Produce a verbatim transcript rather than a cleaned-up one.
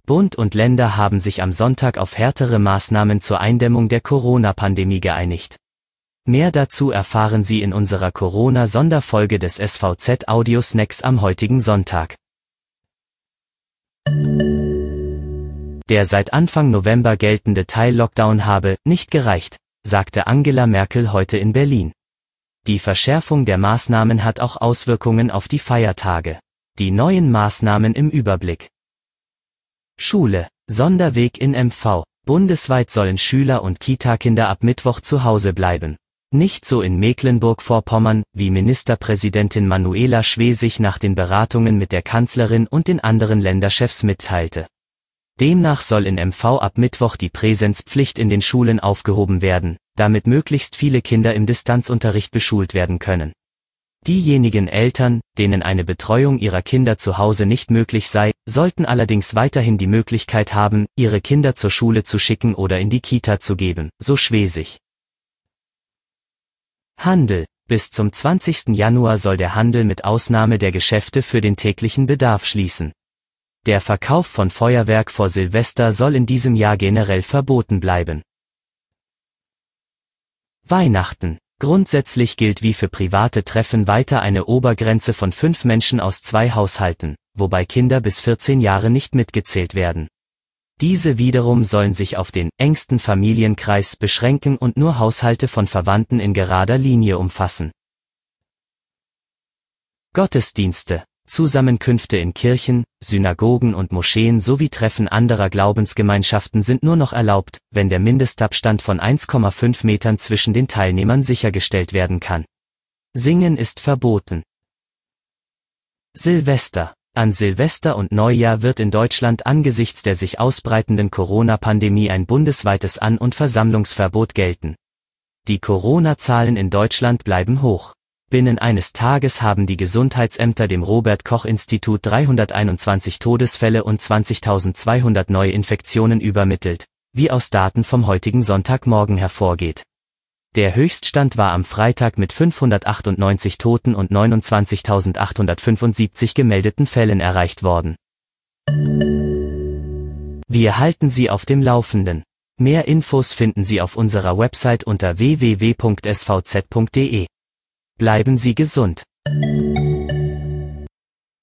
Bund und Länder haben sich am Sonntag auf härtere Maßnahmen zur Eindämmung der Corona-Pandemie geeinigt. Mehr dazu erfahren Sie in unserer Corona-Sonderfolge des S V Z Audio Snacks am heutigen Sonntag. Der seit Anfang November geltende Teil-Lockdown habe nicht gereicht, sagte Angela Merkel heute in Berlin. Die Verschärfung der Maßnahmen hat auch Auswirkungen auf die Feiertage. Die neuen Maßnahmen im Überblick. Schule, Sonderweg in M V. Bundesweit sollen Schüler und Kita-Kinder ab Mittwoch zu Hause bleiben. Nicht so in Mecklenburg-Vorpommern, wie Ministerpräsidentin Manuela Schwesig nach den Beratungen mit der Kanzlerin und den anderen Länderchefs mitteilte. Demnach soll in M V ab Mittwoch die Präsenzpflicht in den Schulen aufgehoben werden, damit möglichst viele Kinder im Distanzunterricht beschult werden können. Diejenigen Eltern, denen eine Betreuung ihrer Kinder zu Hause nicht möglich sei, sollten allerdings weiterhin die Möglichkeit haben, ihre Kinder zur Schule zu schicken oder in die Kita zu geben, so Schwesig. Handel. Bis zum zwanzigsten Januar soll der Handel mit Ausnahme der Geschäfte für den täglichen Bedarf schließen. Der Verkauf von Feuerwerk vor Silvester soll in diesem Jahr generell verboten bleiben. Weihnachten. Grundsätzlich gilt wie für private Treffen weiter eine Obergrenze von fünf Menschen aus zwei Haushalten, wobei Kinder bis vierzehn Jahre nicht mitgezählt werden. Diese wiederum sollen sich auf den engsten Familienkreis beschränken und nur Haushalte von Verwandten in gerader Linie umfassen. Gottesdienste. Zusammenkünfte in Kirchen, Synagogen und Moscheen sowie Treffen anderer Glaubensgemeinschaften sind nur noch erlaubt, wenn der Mindestabstand von eins Komma fünf Metern zwischen den Teilnehmern sichergestellt werden kann. Singen ist verboten. Silvester. An Silvester und Neujahr wird in Deutschland angesichts der sich ausbreitenden Corona-Pandemie ein bundesweites An- und Versammlungsverbot gelten. Die Corona-Zahlen in Deutschland bleiben hoch. Binnen eines Tages haben die Gesundheitsämter dem Robert-Koch-Institut dreihunderteinundzwanzig Todesfälle und zwanzigtausendzweihundert Neuinfektionen übermittelt, wie aus Daten vom heutigen Sonntagmorgen hervorgeht. Der Höchststand war am Freitag mit fünfhundertachtundneunzig Toten und neunundzwanzigtausendachthundertfünfundsiebzig gemeldeten Fällen erreicht worden. Wir halten Sie auf dem Laufenden. Mehr Infos finden Sie auf unserer Website unter w w w punkt s v z punkt d e. Bleiben Sie gesund.